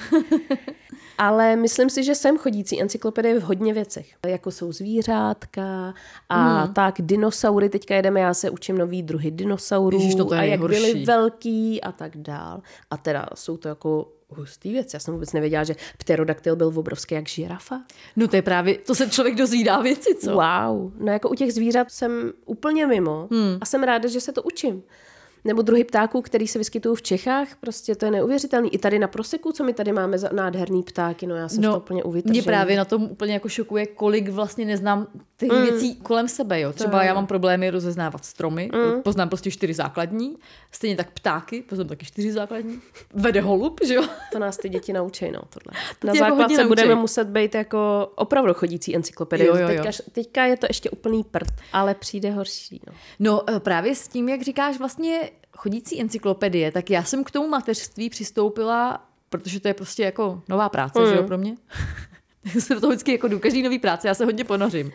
Ale myslím si, že jsem chodící encyklopedie v hodně věcech. Jako jsou zvířátka a hmm. tak dinosaury. Teďka jedeme, já se učím nový druhy dinosaurů. Ježiš, to a jak byly velký a tak dál. A teda jsou to jako hustý věc. Já jsem vůbec nevěděla, že pterodaktyl byl obrovský jak žirafa. No to je právě, to se člověk dozvídá věci, co? Wow. No jako u těch zvířat jsem úplně mimo hmm. a jsem ráda, že se to učím. Nebo druhy ptáků, který se vyskytují v Čechách, prostě to je neuvěřitelný. I tady na Proseku, co my tady máme za nádherný ptáky, no já jsem no, to úplně uvytržená. Mě právě na tom úplně jako šokuje, kolik vlastně neznám těch mm. věcí kolem sebe, jo. Třeba já mám problémy rozeznávat stromy, mm. poznám prostě čtyři základní, stejně tak ptáky, poznám taky čtyři základní. Vede holub, že jo. To nás ty děti naučí, no tohle. To na základce jako budeme muset být jako opravdu chodící encyklopedie. Jo, jo, jo. Teďka, teďka je to ještě úplný prd, ale přijde horší. No. no právě s tím, jak říkáš vlastně chodící encyklopedie, tak já jsem k tomu mateřství přistoupila, protože to je prostě jako nová práce, mm. že jo, pro mě. Já se do toho vždycky jako jdu, každý nový práce, já se hodně ponořím.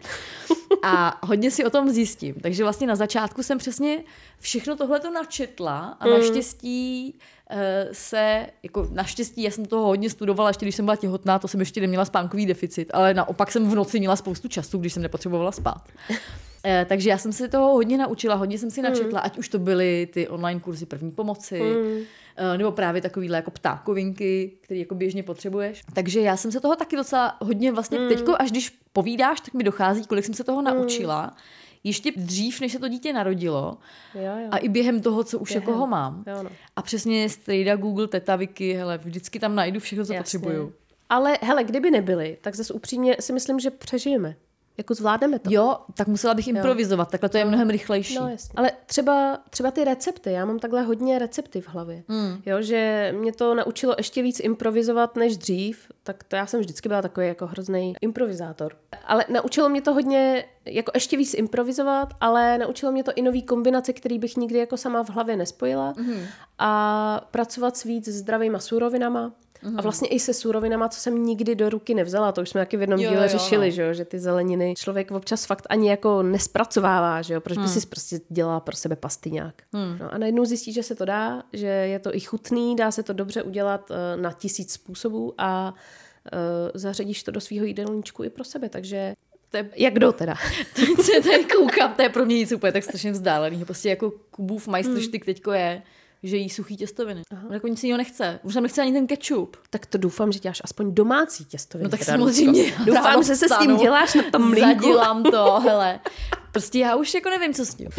A hodně si o tom zjistím. Takže vlastně na začátku jsem přesně všechno tohleto načetla a mm. naštěstí uh, se, jako naštěstí, já jsem toho hodně studovala, ještě když jsem byla těhotná, to jsem ještě neměla spánkový deficit, ale naopak jsem v noci měla spoustu času, když jsem nepotřebovala spát. Eh, takže já jsem se toho hodně naučila, hodně jsem si načetla, mm. ať už to byly ty online kurzy první pomoci, mm. eh, nebo právě takovýhle jako ptákovinky, které jako běžně potřebuješ. Takže já jsem se toho taky docela hodně vlastně mm. teďko, až když povídáš, tak mi dochází, kolik jsem se toho mm. naučila. Ještě dřív, než se to dítě narodilo. Jo, jo. A i během toho, co už během. jako ho mám. Jo, no. A přesně strejda, Google, teta, Wiki, hele, vždycky tam najdu všechno, co Jasně. potřebuju. Ale hele, kdyby nebyly, tak zase upřímně si myslím, že přežijeme. Jako zvládneme to. Jo, tak musela bych improvizovat, jo. Takhle to je mnohem rychlejší. No, jasně. Ale třeba, třeba ty recepty, já mám takhle hodně recepty v hlavě. Hmm. Jo, že mě to naučilo ještě víc improvizovat než dřív, tak to já jsem vždycky byla takový jako hrozný improvizátor. Ale naučilo mě to hodně, jako ještě víc improvizovat, ale naučilo mě to i nový kombinace, který bych nikdy jako sama v hlavě nespojila. Hmm. A pracovat s víc zdravýma surovinama. Uhum. A vlastně i se surovinama, co jsem nikdy do ruky nevzala, to už jsme taky v jednom jo, díle jo, řešili, no. že, že ty zeleniny člověk občas fakt ani jako nespracovává, že jo, proč hmm. by si prostě dělala pro sebe pasty nějak. Hmm. No a najednou zjistí, že se to dá, že je to i chutný, dá se to dobře udělat uh, na tisíc způsobů a uh, zařadíš to do svého jídelníčku i pro sebe, takže to je, jak kdo teda? to, se tady koukám, to je pro mě nic úplně tak strašně vzdálený, prostě jako Kubův majstrštyk hmm. teďko je, že jí suchý těstoviny. Aha. On jako nic jiného nechce. Už tam nechce ani ten kečup. Tak to doufám, že děláš aspoň domácí těstoviny. No tak samozřejmě. Doufám, že se s tím děláš na tom mlínku. Zadělám to, hele. Prostě já už jako nevím, co s tím.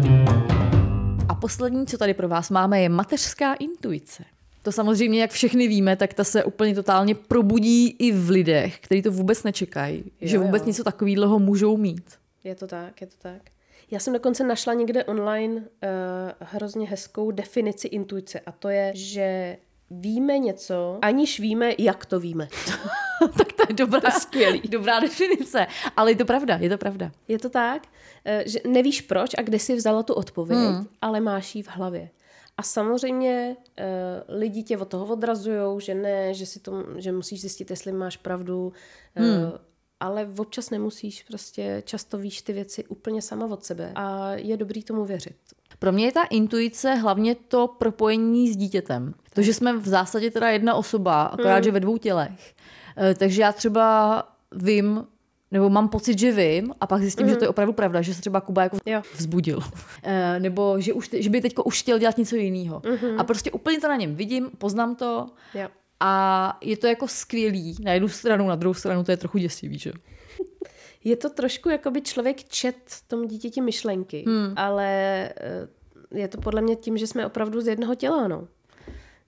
A poslední, co tady pro vás máme, je mateřská intuice. To samozřejmě, jak všechny víme, tak ta se úplně totálně probudí i v lidech, kteří to vůbec nečekají. Jo, že vůbec jo. něco takového můžou mít. Je to tak, je to tak. Já jsem dokonce našla někde online uh, hrozně hezkou definici intuice a to je, že víme něco, aniž víme, jak to víme. Tak to je dobrá, skvělý. Dobrá definice, ale je to pravda, je to pravda. Je to tak, uh, že nevíš proč a kde jsi vzala tu odpověď, hmm. ale máš ji v hlavě. A samozřejmě uh, lidi tě od toho odrazujou, že ne, že, si to, že musíš zjistit, jestli máš pravdu, uh, hmm. ale občas nemusíš, prostě často víš ty věci úplně sama od sebe a je dobrý tomu věřit. Pro mě je ta intuice hlavně to propojení s dítětem. To, že jsme v zásadě teda jedna osoba, akorát, hmm. že ve dvou tělech. Takže já třeba vím, nebo mám pocit, že vím a pak zjistím, mm. že to je opravdu pravda, že se třeba Kuba jako jo. vzbudil. E, nebo že, už, že by teďko už chtěl dělat něco jiného. Mm-hmm. A prostě úplně to na něm vidím, poznám to jo. a je to jako skvělý. Na jednu stranu, na druhou stranu to je trochu děsivý, že? Je to trošku, jako by člověk čet tomu dítěti myšlenky, hmm. ale je to podle mě tím, že jsme opravdu z jednoho těla, no.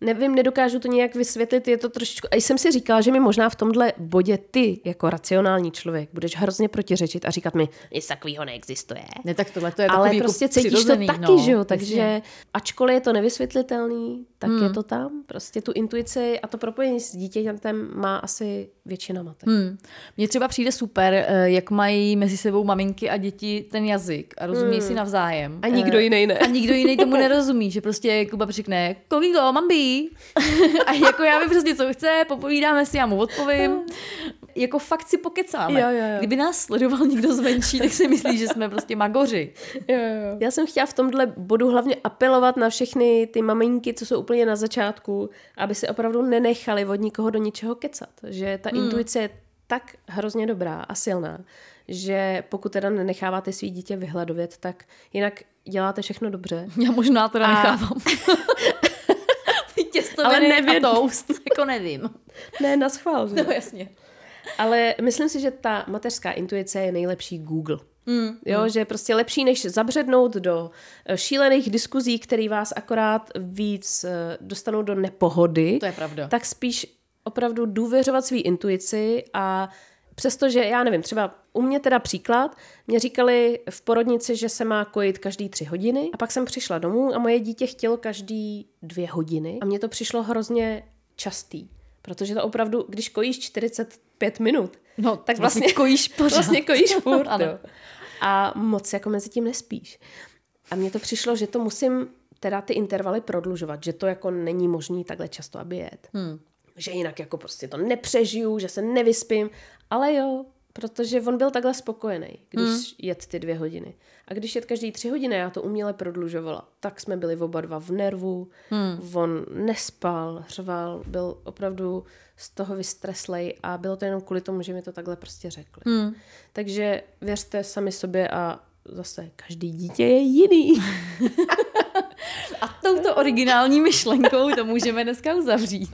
nevím, nedokážu to nějak vysvětlit, je to trošičku... A jsem si říkala, že mi možná v tomhle bodě ty, jako racionální člověk, budeš hrozně protiřečit a říkat mi, nic takového neexistuje. Ne, tak tohle to je ale takový prostě jako cítíš to taky, no, že jo, takže jasně. ačkoliv je to nevysvětlitelný, tak Hmm. je to tam. Prostě tu intuici a to propojení s dítětem má asi většina matek. Hmm. Mně třeba přijde super, eh, jak mají mezi sebou maminky a děti ten jazyk a rozumí Hmm. si navzájem. A nikdo Eh, jiný ne. A nikdo jiný tomu nerozumí, že prostě Kuba řekne, kolíko, mambi. A jako já vím prostě, co chce, popovídáme si, já mu odpovím. Jako fakt si pokecáme. Jo, jo, jo. Kdyby nás sledoval někdo zvenčí, tak si myslí, že jsme prostě magoři. Jo, jo. Já jsem chtěla v tomhle bodu hlavně apelovat na všechny ty maminky, co jsou úplně na začátku, aby se opravdu nenechali od nikoho do ničeho kecat. Že ta hmm. intuice je tak hrozně dobrá a silná, že pokud teda nenecháváte svý dítě vyhladovět, tak jinak děláte všechno dobře. Já možná teda A- nechávám. Těstoviny Ale nevím. a toast, jako nevím. Ne, naschvál. že? No jasně. Ale myslím si, že ta mateřská intuice je nejlepší Google. Mm, Jo, mm. že je prostě lepší, než zabřednout do eh, šílených diskuzí, které vás akorát víc eh, dostanou do nepohody. To je pravda. Tak spíš opravdu důvěřovat svý intuici a přestože, já nevím, třeba u mě teda příklad, mě říkali v porodnici, že se má kojit každý tři hodiny a pak jsem přišla domů a moje dítě chtělo každý dvě hodiny a mně to přišlo hrozně častý, protože to opravdu, když kojíš čtyřicet pět minut, No, tak vlastně kojíš pořád. Vlastně kojíš furt, Ano. jo. A moc jako mezi tím nespíš. A mně to přišlo, že to musím teda ty intervaly prodlužovat, že to jako není možný takhle často, aby jet. Hmm. Že jinak jako prostě to nepřežiju, že se nevyspím, ale jo, protože on byl takhle spokojený, když Hmm. jet ty dvě hodiny. A když jet každý tři hodiny, já to uměle prodlužovala, tak jsme byli oba dva v nervu, Hmm. on nespal, řval, byl opravdu z toho vystreslej a bylo to jenom kvůli tomu, že mi to takhle prostě řekli. Hmm. Takže věřte sami sobě a zase každý dítě je jiný. A touto originální myšlenkou to můžeme dneska uzavřít.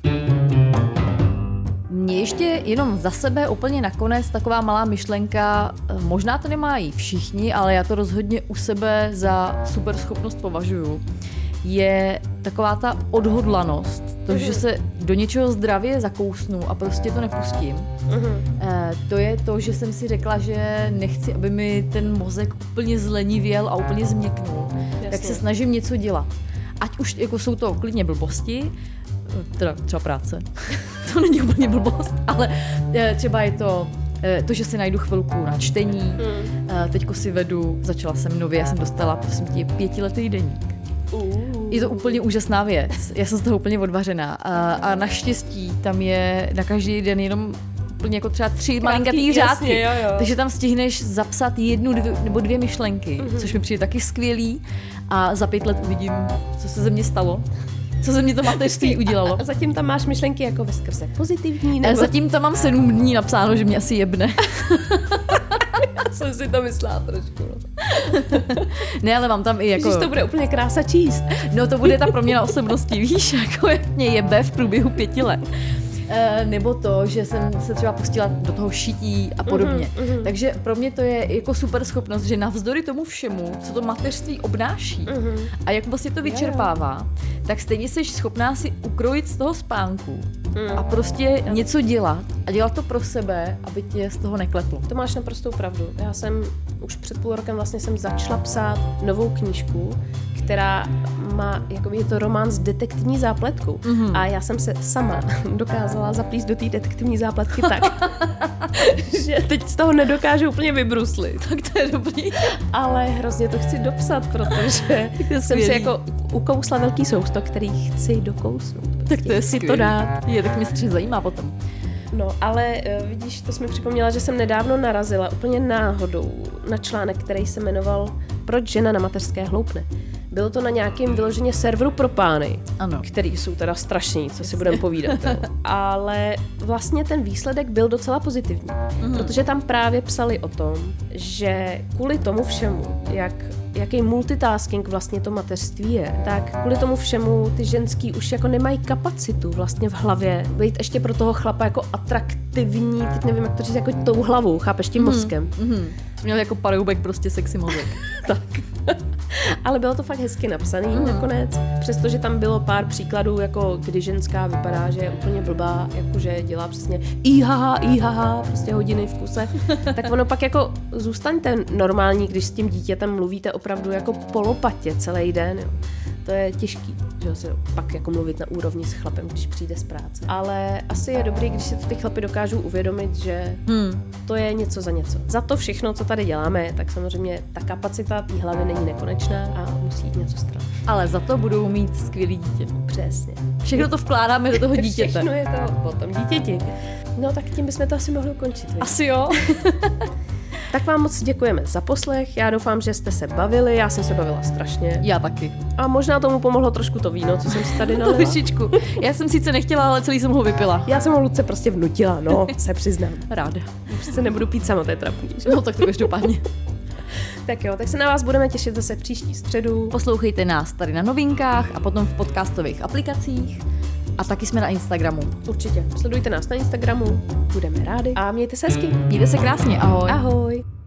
Mně ještě jenom za sebe úplně nakonec taková malá myšlenka, možná to nemají všichni, ale já to rozhodně u sebe za super schopnost považuji, je taková ta odhodlanost, to, že se do něčeho zdravě zakousnu a prostě to nepustím. Eh, to je to, že jsem si řekla, že nechci, aby mi ten mozek úplně zlenivěl a úplně změknul. Jasně. Tak se snažím něco dělat. Ať už jako jsou to klidně blbosti, teda třeba práce, to není úplně blbost, ale eh, třeba je to eh, to, že si najdu chvilku na čtení, Hmm. eh, teďko si vedu, začala jsem nově, já jsem dostala, prosím tě, pětiletý deník. Uh. Je to úplně úžasná věc, já jsem z toho úplně odvařená a, a naštěstí tam je na každý den jenom úplně jako třeba tři malinkatý řádky, jasně, jo, jo. takže tam stihneš zapsat jednu dvě, nebo dvě myšlenky, mm-hmm. což mi přijde taky skvělý a za pět let uvidím, co se ze mě stalo, co ze mě to mateřství udělalo. A zatím tam máš myšlenky jako veskrze pozitivní, nebo... Zatím tam mám sedm dní napsáno, že mě asi jebne. jsem si to myslela trošku. Ne, ale mám tam i jako... Ježiš, to bude úplně krása číst. No to bude ta proměna osobnosti, víš, jako jak mě jebe v průběhu pěti let. E, nebo to, že jsem se třeba pustila do toho šití a podobně. Mhm, mhm. Takže pro mě to je jako super schopnost, že navzdory tomu všemu, co to mateřství obnáší Mhm. a jak vlastně to vyčerpává, tak stejně jsi schopná si ukrojit z toho spánku Mhm. a prostě něco dělat a dělat to pro sebe, aby tě z toho nekleplo. To máš naprostou pravdu. Já jsem už před půl rokem vlastně jsem začala psát novou knížku, která má, jako je to román s detektivní zápletkou. Mhm. A já jsem se sama dokázala zaplíst do té detektivní zápletky tak, že teď z toho nedokážu úplně vybruslit. Tak to je dobrý. Ale hrozně to chci dopsat, protože jsem si skvělý. jako ukousla velký sousto, který chci dokousnout. Tak to je chci to skvělý. dát. Je, tak mě střih zajímá potom. No, ale uh, vidíš, to jsi mi připomněla, že jsem nedávno narazila úplně náhodou na článek, který se jmenoval Proč žena na mateřské hloupne. Bylo to na nějakém vyloženě serveru pro pány, Ano. který jsou teda strašní, co si budeme povídat. Jo. Ale vlastně ten výsledek byl docela pozitivní, Mhm. protože tam právě psali o tom, že kvůli tomu všemu, jak, jaký multitasking vlastně to mateřství je, tak kvůli tomu všemu ty ženský už jako nemají kapacitu vlastně v hlavě být ještě pro toho chlapa jako atraktivní, teď nevím, jak to říct, jako tou hlavou, chápeš, tím mozkem. Mhm. Měl jako paroubek prostě sexy mozek. Tak. Ale bylo to fakt hezky napsaný mm. nakonec, přestože tam bylo pár příkladů, jako kdy ženská vypadá, že je úplně blbá, jakože dělá přesně ihaha, ihaha, prostě hodiny v kuse, tak ono pak jako zůstaňte normální, když s tím dítětem mluvíte opravdu jako po lopatě celý den, jo. To je těžký, že se pak jako mluvit na úrovni s chlapem, když přijde z práce. Ale asi je dobrý, když si to ty chlapy dokážou uvědomit, že hmm. to je něco za něco. Za to všechno, co tady děláme, tak samozřejmě ta kapacita té hlavy není nekonečná a musí jít něco stran. Ale za to budou mít skvělý dítě. Přesně. Všechno to vkládáme do toho dítěte. Všechno je to o tom dítěti. No tak tím bychom to asi mohli ukončit. Víc. Asi jo. Tak vám moc děkujeme za poslech, já doufám, že jste se bavili, já jsem se bavila strašně. Já taky. A možná tomu pomohlo trošku to víno, co jsem si tady nalila. Trošičku. Já jsem sice nechtěla, ale celý jsem ho vypila. Já jsem ho Lucce prostě vnutila, no, se přiznám. Ráda. Už se nebudu pít sama, to je trapný. Že? No tak to každopádně. Tak jo, tak se na vás budeme těšit zase v příští středu. Poslouchejte nás tady na novinkách a potom v podcastových aplikacích. A taky jsme na Instagramu. Určitě. Sledujte nás na Instagramu, budeme rádi. A mějte se hezky. Mějte se krásně, ahoj. Ahoj.